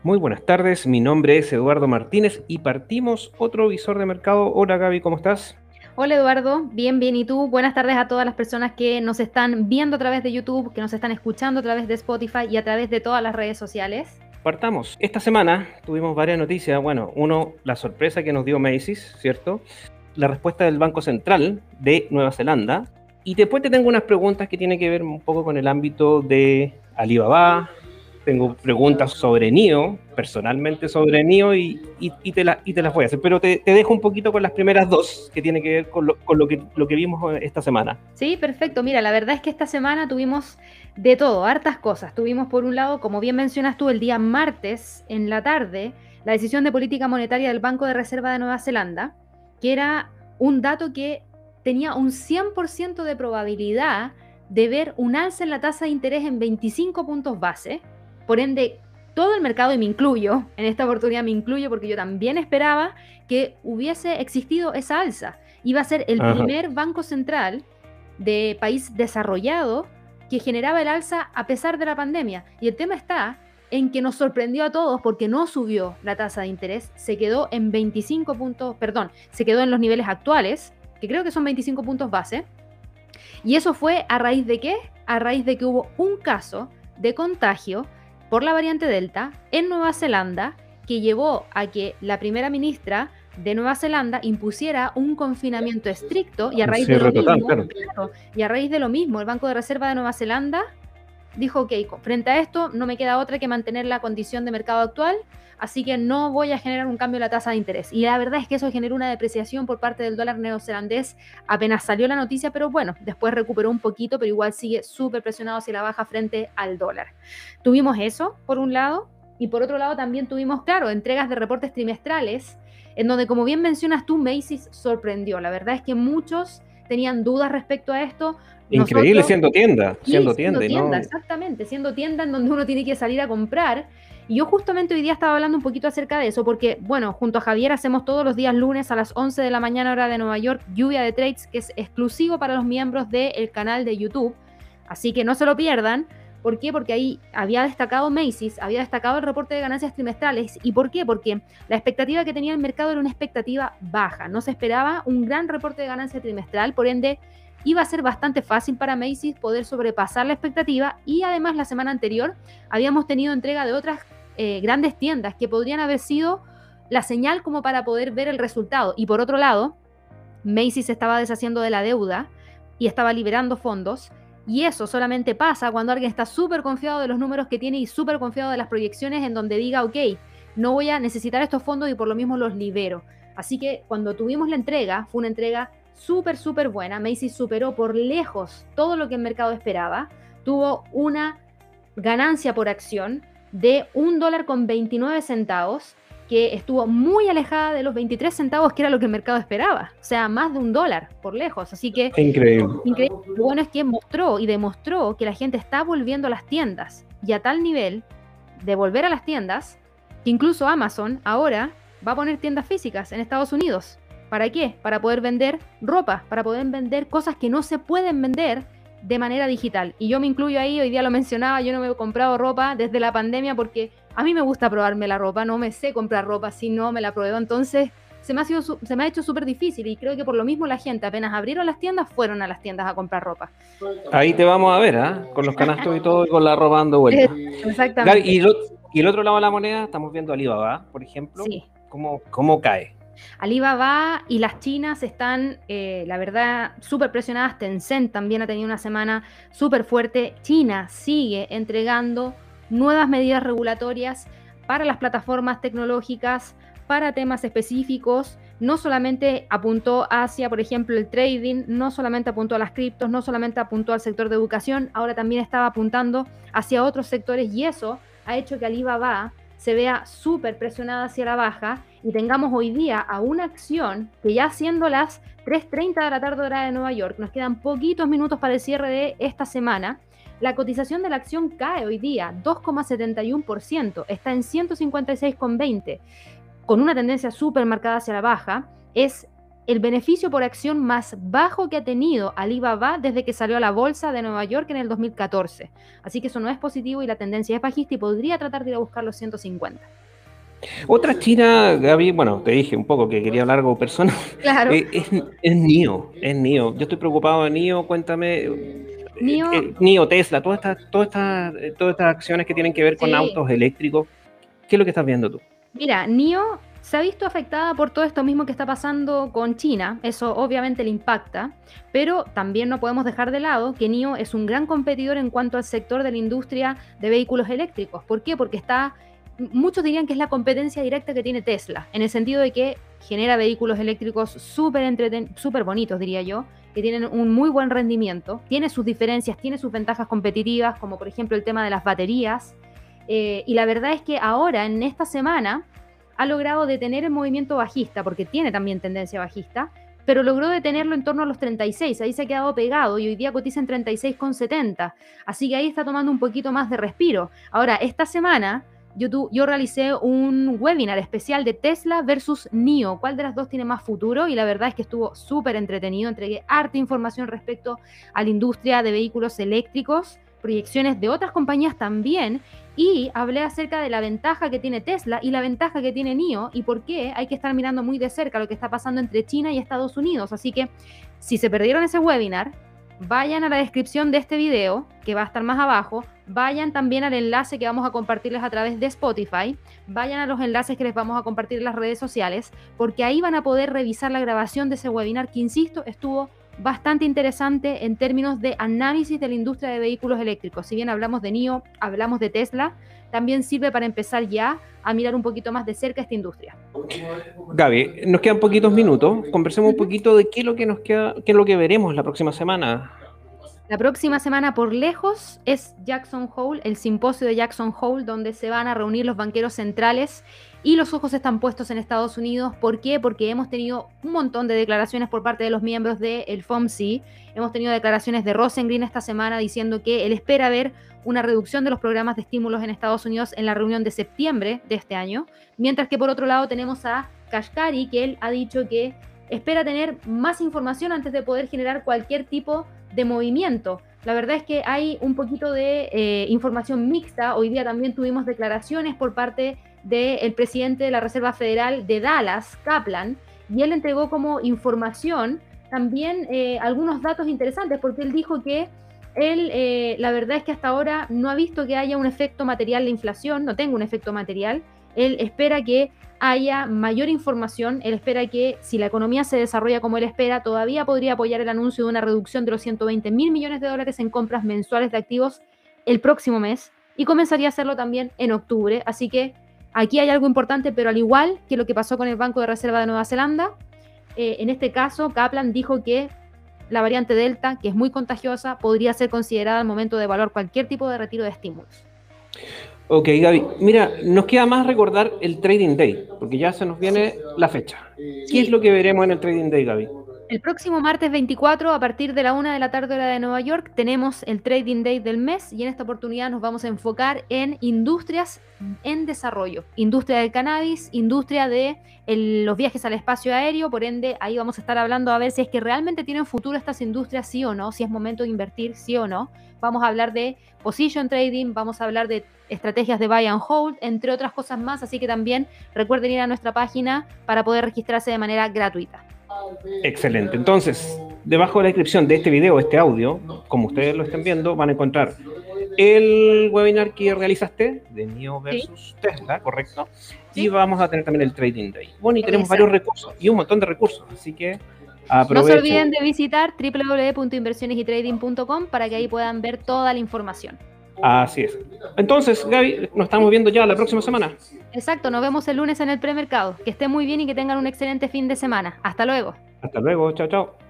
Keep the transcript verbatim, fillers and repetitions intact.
Muy buenas tardes, mi nombre es Eduardo Martínez y partimos otro visor de mercado. Hola Gaby, ¿cómo estás? Hola Eduardo, bien, bien. ¿Y tú? Buenas tardes a todas las personas que nos están viendo a través de YouTube, que nos están escuchando a través de Spotify y a través de todas las redes sociales. Partamos. Esta semana tuvimos varias noticias. Bueno, uno, la sorpresa que nos dio Macy's, ¿cierto? La respuesta del Banco Central de Nueva Zelanda. Y después te tengo unas preguntas que tienen que ver un poco con el ámbito de Alibaba. Tengo preguntas sobre N I O, personalmente sobre N I O, y, y, y, te, la, y te las voy a hacer. Pero te, te dejo un poquito con las primeras dos, que tienen que ver con lo, con lo, que, lo que vimos esta semana. Sí, perfecto. Mira, la verdad es que esta semana tuvimos de todo, hartas cosas. Tuvimos por un lado, como bien mencionas tú, el día martes en la tarde, la decisión de política monetaria del Banco de Reserva de Nueva Zelanda, que era un dato que tenía un cien por ciento de probabilidad de ver un alza en la tasa de interés en veinticinco puntos base. Por ende, todo el mercado, y me incluyo, en esta oportunidad me incluyo porque yo también esperaba que hubiese existido esa alza. Iba a ser el Ajá. primer banco central de país desarrollado que generaba el alza a pesar de la pandemia. Y el tema está en que nos sorprendió a todos porque no subió la tasa de interés, se quedó en veinticinco puntos, perdón, se quedó en los niveles actuales, que creo que son veinticinco puntos base. Y eso fue a raíz de qué? A raíz de que hubo un caso de contagio por la variante Delta en Nueva Zelanda que llevó a que la primera ministra de Nueva Zelanda impusiera un confinamiento estricto y a Un raíz de lo cierre total, mismo, claro. claro, y a raíz de lo mismo, el Banco de Reserva de Nueva Zelanda dijo, ok, frente a esto no me queda otra que mantener la condición de mercado actual, así que no voy a generar un cambio en la tasa de interés. Y la verdad es que eso generó una depreciación por parte del dólar neozelandés apenas salió la noticia, pero bueno, después recuperó un poquito, pero igual sigue súper presionado hacia la baja frente al dólar. Tuvimos eso, por un lado, y por otro lado también tuvimos, claro, entregas de reportes trimestrales, en donde, como bien mencionas tú, Macy's sorprendió. La verdad es que muchos tenían dudas respecto a esto. Increíble Nosotros, siendo tienda, sí, siendo siendo tienda, y tienda, no. exactamente, siendo tienda en donde uno tiene que salir a comprar. Y yo justamente hoy día estaba hablando un poquito acerca de eso, porque, bueno, junto a Javier hacemos todos los días lunes a las once de la mañana hora de Nueva York, Lluvia de Trades, que es exclusivo para los miembros del canal de YouTube. Así que no se lo pierdan. ¿Por qué? Porque ahí había destacado Macy's, había destacado el reporte de ganancias trimestrales. ¿Y por qué? Porque la expectativa que tenía el mercado era una expectativa baja. No se esperaba un gran reporte de ganancia trimestral, por ende iba a ser bastante fácil para Macy's poder sobrepasar la expectativa. Y además la semana anterior habíamos tenido entrega de otras eh, grandes tiendas que podrían haber sido la señal como para poder ver el resultado. Y por otro lado, Macy's se estaba deshaciendo de la deuda y estaba liberando fondos. Y eso solamente pasa cuando alguien está súper confiado de los números que tiene y súper confiado de las proyecciones, en donde diga, ok, no voy a necesitar estos fondos y por lo mismo los libero. Así que cuando tuvimos la entrega, fue una entrega súper, súper buena. Macy's superó por lejos todo lo que el mercado esperaba. Tuvo una ganancia por acción de un dólar con veintinueve centavos, que estuvo muy alejada de los veintitrés centavos que era lo que el mercado esperaba. O sea, más de un dólar por lejos. Así que Increíble. increíble. Lo bueno es que mostró y demostró que la gente está volviendo a las tiendas. Y a tal nivel de volver a las tiendas, que incluso Amazon ahora va a poner tiendas físicas en Estados Unidos. ¿Para qué? Para poder vender ropa, para poder vender cosas que no se pueden vender de manera digital. Y yo me incluyo ahí, hoy día lo mencionaba, yo no me he comprado ropa desde la pandemia porque a mí me gusta probarme la ropa, no me sé comprar ropa si no me la pruebo. Entonces se me ha, sido, se me ha hecho súper difícil y creo que por lo mismo la gente apenas abrieron las tiendas, fueron a las tiendas a comprar ropa. Ahí te vamos a ver, ¿ah? Con los canastos y todo, y con la ropa dando vuelta. Gaby, Exactamente. y, lo, y el otro lado de la moneda, estamos viendo Alibaba, por ejemplo, Sí. cómo, cómo cae. Alibaba y las chinas están, eh, la verdad, súper presionadas. Tencent también ha tenido una semana súper fuerte. China sigue entregando nuevas medidas regulatorias para las plataformas tecnológicas, para temas específicos. No solamente apuntó hacia, por ejemplo, el trading, no solamente apuntó a las criptos, no solamente apuntó al sector de educación, ahora también estaba apuntando hacia otros sectores y eso ha hecho que Alibaba se vea súper presionada hacia la baja y tengamos hoy día a una acción que ya siendo las tres treinta de la tarde hora de Nueva York, nos quedan poquitos minutos para el cierre de esta semana, la cotización de la acción cae hoy día dos coma setenta y uno por ciento, está en ciento cincuenta y seis coma veinte, con una tendencia súper marcada hacia la baja. Es el beneficio por acción más bajo que ha tenido Alibaba desde que salió a la bolsa de Nueva York en el dos mil catorce. Así que eso no es positivo y la tendencia es bajista y podría tratar de ir a buscar los ciento cincuenta. Otra China, Gaby, bueno, te dije un poco que quería hablar algo personal. Claro. Eh, es, es NIO, es NIO. Yo estoy preocupado de NIO, cuéntame. NIO, eh, NIO, Tesla, todas estas, todas estas, eh, todas estas acciones que tienen que ver con sí. autos eléctricos. ¿Qué es lo que estás viendo tú? Mira, NIO se ha visto afectada por todo esto mismo que está pasando con China, eso obviamente le impacta, pero también no podemos dejar de lado que NIO es un gran competidor en cuanto al sector de la industria de vehículos eléctricos. ¿Por qué? Porque está, muchos dirían que es la competencia directa que tiene Tesla, en el sentido de que genera vehículos eléctricos súper entreten- súper bonitos, diría yo, que tienen un muy buen rendimiento, tiene sus diferencias, tiene sus ventajas competitivas, como por ejemplo el tema de las baterías, eh, y la verdad es que ahora, en esta semana, ha logrado detener el movimiento bajista, porque tiene también tendencia bajista, pero logró detenerlo en torno a los treinta y seis, ahí se ha quedado pegado y hoy día cotiza en treinta y seis con setenta, así que ahí está tomando un poquito más de respiro. Ahora, esta semana yo, tu, yo realicé un webinar especial de Tesla versus NIO, cuál de las dos tiene más futuro, y la verdad es que estuvo súper entretenido, entregué harta información respecto a la industria de vehículos eléctricos, proyecciones de otras compañías también, y hablé acerca de la ventaja que tiene Tesla y la ventaja que tiene NIO y por qué hay que estar mirando muy de cerca lo que está pasando entre China y Estados Unidos. Así que si se perdieron ese webinar, vayan a la descripción de este video, que va a estar más abajo, vayan también al enlace que vamos a compartirles a través de Spotify, vayan a los enlaces que les vamos a compartir en las redes sociales, porque ahí van a poder revisar la grabación de ese webinar que, insisto, estuvo bastante interesante en términos de análisis de la industria de vehículos eléctricos. Si bien hablamos de NIO, hablamos de Tesla, también sirve para empezar ya a mirar un poquito más de cerca esta industria. Gaby, nos quedan poquitos minutos. Conversemos uh-huh. un poquito de qué es lo que nos queda, qué es lo que veremos la próxima semana. La próxima semana, por lejos, es Jackson Hole, el simposio de Jackson Hole, donde se van a reunir los banqueros centrales y los ojos están puestos en Estados Unidos. ¿Por qué? Porque hemos tenido un montón de declaraciones por parte de los miembros del F O M C. Hemos tenido declaraciones de Rosengren esta semana diciendo que él espera ver una reducción de los programas de estímulos en Estados Unidos en la reunión de septiembre de este año. Mientras que por otro lado tenemos a Kashkari, que él ha dicho que espera tener más información antes de poder generar cualquier tipo de movimiento. La verdad es que hay un poquito de eh, información mixta. Hoy día también tuvimos declaraciones por parte del presidente de la Reserva Federal de Dallas, Kaplan, y él entregó como información también eh, algunos datos interesantes, porque él dijo que él, eh, la verdad es que hasta ahora no ha visto que haya un efecto material de inflación, no tenga un efecto material. Él espera que haya mayor información, él espera que si la economía se desarrolla como él espera, todavía podría apoyar el anuncio de una reducción de los ciento veinte mil millones de dólares en compras mensuales de activos el próximo mes y comenzaría a hacerlo también en octubre. Así que aquí hay algo importante, pero al igual que lo que pasó con el Banco de Reserva de Nueva Zelanda, eh, en este caso Kaplan dijo que la variante Delta, que es muy contagiosa, podría ser considerada al momento de evaluar cualquier tipo de retiro de estímulos. Ok, Gaby, mira, nos queda más recordar el Trading Day, porque ya se nos viene la fecha. ¿Qué sí. es lo que veremos en el Trading Day, Gaby? El próximo martes veinticuatro, a partir de la una de la tarde hora de Nueva York, tenemos el Trading Day del mes y en esta oportunidad nos vamos a enfocar en industrias en desarrollo. Industria del cannabis, industria de el, los viajes al espacio aéreo, por ende ahí vamos a estar hablando a ver si es que realmente tienen futuro estas industrias, sí o no, si es momento de invertir, sí o no. Vamos a hablar de position trading, vamos a hablar de estrategias de buy and hold, entre otras cosas más, así que también recuerden ir a nuestra página para poder registrarse de manera gratuita. Excelente. Entonces, debajo de la descripción de este video, este audio, como ustedes lo estén viendo, van a encontrar el webinar que realizaste de NIO versus ¿Sí? Tesla, ¿correcto? ¿Sí? Y vamos a tener también el Trading Day. Bueno, y tenemos Exacto. varios recursos y un montón de recursos, así que aprovechen. No se olviden de visitar doble u doble u doble u punto inversiones y trading punto com para que ahí puedan ver toda la información. Así es. Entonces, Gaby, nos estamos viendo ya la próxima semana. Exacto, nos vemos el lunes en el premercado. Que estén muy bien y que tengan un excelente fin de semana. Hasta luego. Hasta luego, chao, chao.